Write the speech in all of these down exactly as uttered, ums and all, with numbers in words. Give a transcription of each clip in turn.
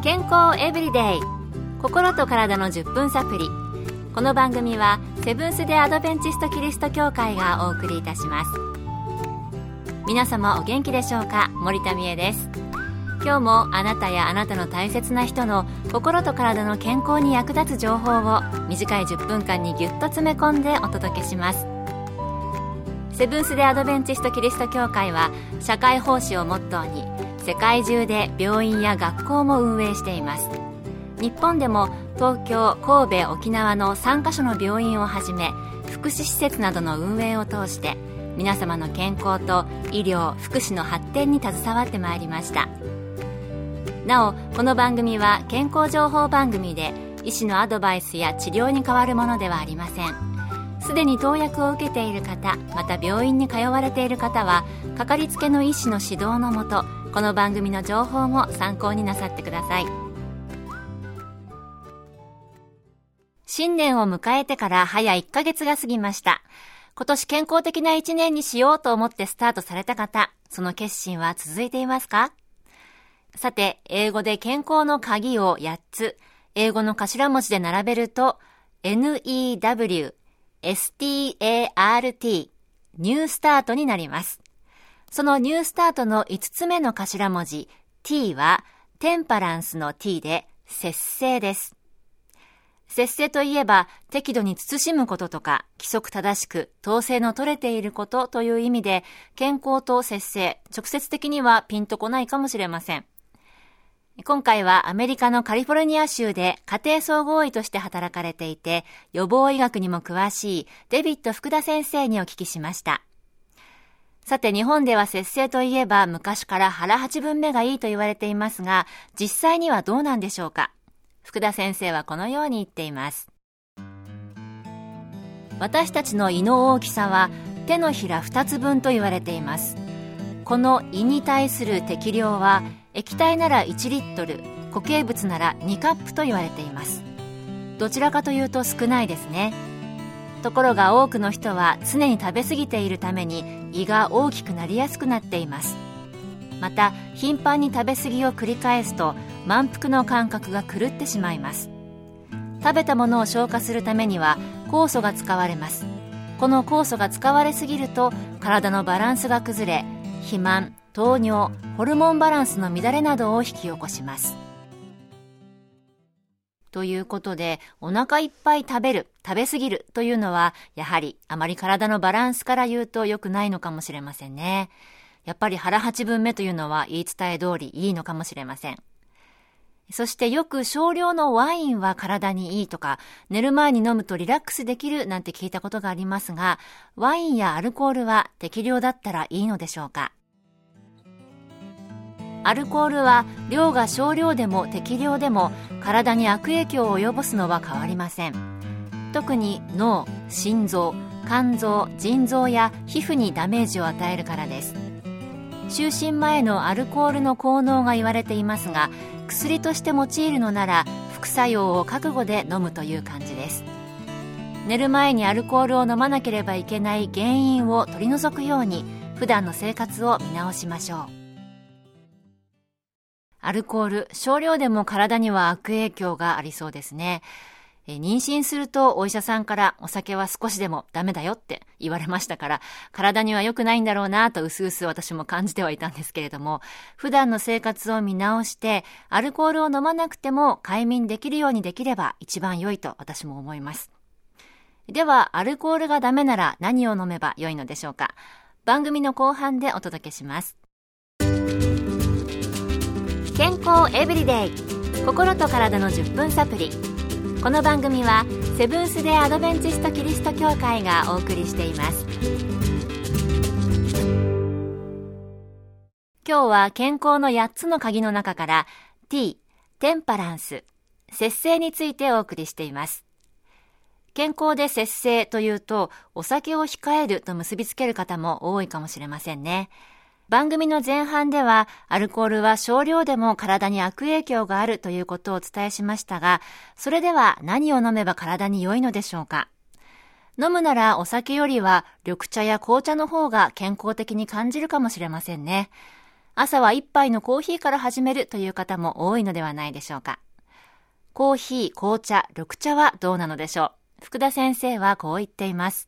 健康エブリデイ、心と体のじゅっぷんサプリ。この番組はセブンス・デ・アドベンチスト・キリスト教会がお送りいたします。皆様お元気でしょうか。森田美恵です。今日もあなたやあなたの大切な人の心と体の健康に役立つ情報を短いじゅっぷんかんにぎゅっと詰め込んでお届けします。セブンス・デ・アドベンチスト・キリスト教会は社会奉仕をモットーに世界中で病院や学校も運営しています。日本でも東京、神戸、沖縄のさんカ所の病院をはじめ福祉施設などの運営を通して皆様の健康と医療・福祉の発展に携わってまいりました。なお、この番組は健康情報番組で医師のアドバイスや治療に代わるものではありません。すでに投薬を受けている方、また病院に通われている方はかかりつけの医師の指導のもと、この番組の情報も参考になさってください。新年を迎えてから早いっかげつが過ぎました。今年健康的ないちねんにしようと思ってスタートされた方、その決心は続いていますか？さて、英語で健康の鍵をやっつ、英語の頭文字で並べると エヌイーダブリューエスティーエーアールティー、ニュースタートになります。そのニュースタートのいつつめの頭文字 T はテンパランスの T で節制です。節制といえば適度に慎むこととか規則正しく統制の取れていることという意味で、健康と節制、直接的にはピンとこないかもしれません。今回はアメリカのカリフォルニア州で家庭総合医として働かれていて予防医学にも詳しいデビッド福田先生にお聞きしました。さて、日本では節制といえば昔から腹八分目がいいと言われていますが、実際にはどうなんでしょうか。福田先生はこのように言っています。私たちの胃の大きさは手のひらふたつぶんと言われています。この胃に対する適量は液体ならいちリットル、固形物ならにカップと言われています。どちらかというと少ないですね。ところが多くの人は常に食べ過ぎているために胃が大きくなりやすくなっています。また頻繁に食べ過ぎを繰り返すと満腹の感覚が狂ってしまいます。食べたものを消化するためには酵素が使われます。この酵素が使われすぎると体のバランスが崩れ、肥満、糖尿、ホルモンバランスの乱れなどを引き起こします。ということで、お腹いっぱい食べる、食べ過ぎるというのはやはりあまり体のバランスから言うと良くないのかもしれませんね。やっぱり腹八分目というのは言い伝え通りいいのかもしれません。そしてよく少量のワインは体にいいとか、寝る前に飲むとリラックスできるなんて聞いたことがありますが、ワインやアルコールは適量だったらいいのでしょうか。アルコールは量が少量でも適量でも体に悪影響を及ぼすのは変わりません。特に脳、心臓、肝臓、腎臓や皮膚にダメージを与えるからです。就寝前のアルコールの効能が言われていますが、薬として用いるのなら副作用を覚悟で飲むという感じです。寝る前にアルコールを飲まなければいけない原因を取り除くように普段の生活を見直しましょう。アルコール、少量でも体には悪影響がありそうですね。え妊娠するとお医者さんからお酒は少しでもダメだよって言われましたから、体には良くないんだろうなとうすうす私も感じてはいたんですけれども、普段の生活を見直してアルコールを飲まなくても快眠できるようにできれば一番良いと私も思います。ではアルコールがダメなら何を飲めば良いのでしょうか。番組の後半でお届けします。健康エブリデイ、心と体のじゅっぷんサプリ。この番組はセブンス・デ・アドベンチスト・キリスト教会がお送りしています。今日は健康のやっつの鍵の中から T、テンパランス、節制についてお送りしています。健康で節制というとお酒を控えると結びつける方も多いかもしれませんね。番組の前半ではアルコールは少量でも体に悪影響があるということをお伝えしましたが、それでは何を飲めば体に良いのでしょうか。飲むならお酒よりは緑茶や紅茶の方が健康的に感じるかもしれませんね。 朝は一杯のコーヒーから始めるという方も多いのではないでしょうか。コーヒー、紅茶、緑茶はどうなのでしょう。福田先生はこう言っています。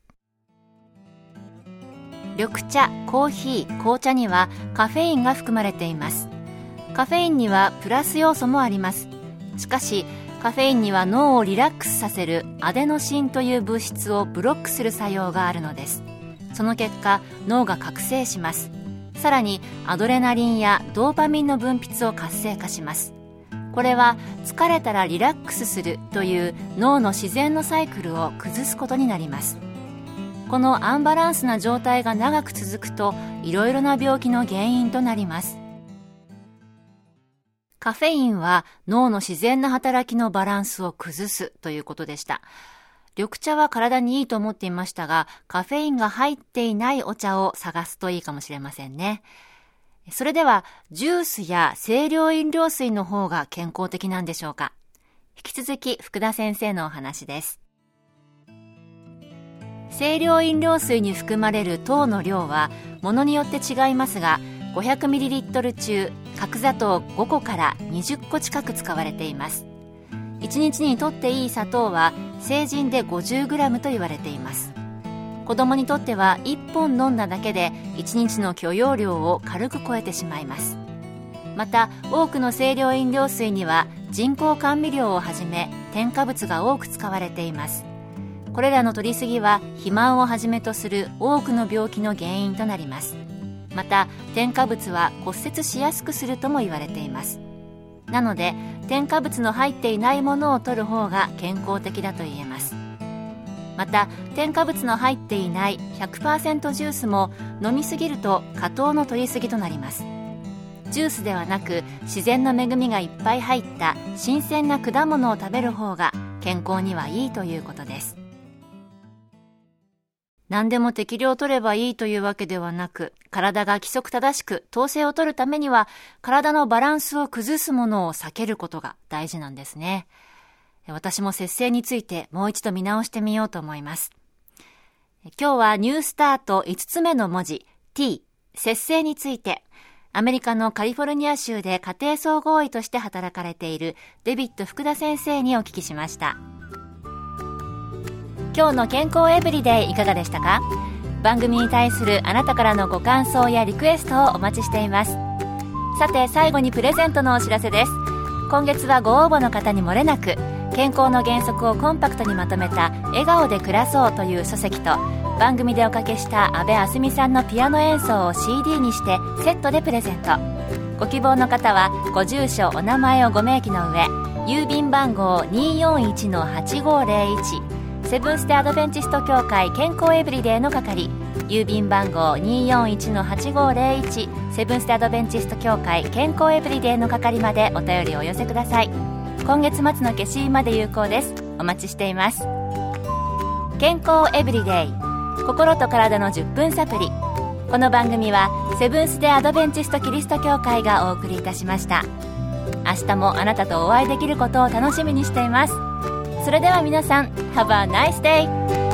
緑茶、コーヒー、紅茶にはカフェインが含まれています。カフェインにはプラス要素もあります。しかしカフェインには脳をリラックスさせるアデノシンという物質をブロックする作用があるのです。その結果、脳が覚醒します。さらにアドレナリンやドーパミンの分泌を活性化します。これは疲れたらリラックスするという脳の自然のサイクルを崩すことになります。このアンバランスな状態が長く続くと、いろいろな病気の原因となります。カフェインは脳の自然な働きのバランスを崩すということでした。緑茶は体にいいと思っていましたが、カフェインが入っていないお茶を探すといいかもしれませんね。それでは、ジュースや清涼飲料水の方が健康的なんでしょうか。引き続き福田先生のお話です。清涼飲料水に含まれる糖の量はものによって違いますが、ごひゃくミリリットル 中角砂糖ごこからにじゅっこ近く使われています。いちにちにとっていい砂糖は成人で ごじゅうグラム と言われています。子供にとってはいっぽん飲んだだけでいちにちの許容量を軽く超えてしまいます。また多くの清涼飲料水には人工甘味料をはじめ添加物が多く使われています。これらの摂りすぎは肥満をはじめとする多くの病気の原因となります。また添加物は骨折しやすくするとも言われています。なので添加物の入っていないものを摂る方が健康的だと言えます。また添加物の入っていない ひゃくパーセント ジュースも飲みすぎると果糖の摂りすぎとなります。ジュースではなく自然の恵みがいっぱい入った新鮮な果物を食べる方が健康にはいいということです。何でも適量取ればいいというわけではなく、体が規則正しく統制を取るためには体のバランスを崩すものを避けることが大事なんですね。私も節制についてもう一度見直してみようと思います。今日はニュースタートいつつめの文字 T、節制についてアメリカのカリフォルニア州で家庭総合医として働かれているデビッド福田先生にお聞きしました。今日の健康エブリデイいかがでしたか？番組に対するあなたからのご感想やリクエストをお待ちしています。さて最後にプレゼントのお知らせです。今月はご応募の方に漏れなく健康の原則をコンパクトにまとめた笑顔で暮らそうという書籍と番組でおかけした安部あすみさんのピアノ演奏を シーディー にしてセットでプレゼント。ご希望の方はご住所お名前をご明記の上、郵便番号 にーよんいちのはちごーぜろいちセブンステアドベンチスト協会健康エブリデイの係、郵便番号 にーよんいちのはちごーぜろいちセブンステアドベンチスト協会健康エブリデイの係までお便りをお寄せください。今月末の消印まで有効です。お待ちしています。健康エブリデイ、心と体のじゅっぷんサプリ。この番組はセブンステアドベンチストキリスト教会がお送りいたしました。明日もあなたとお会いできることを楽しみにしています。それでは皆さん Have a nice day!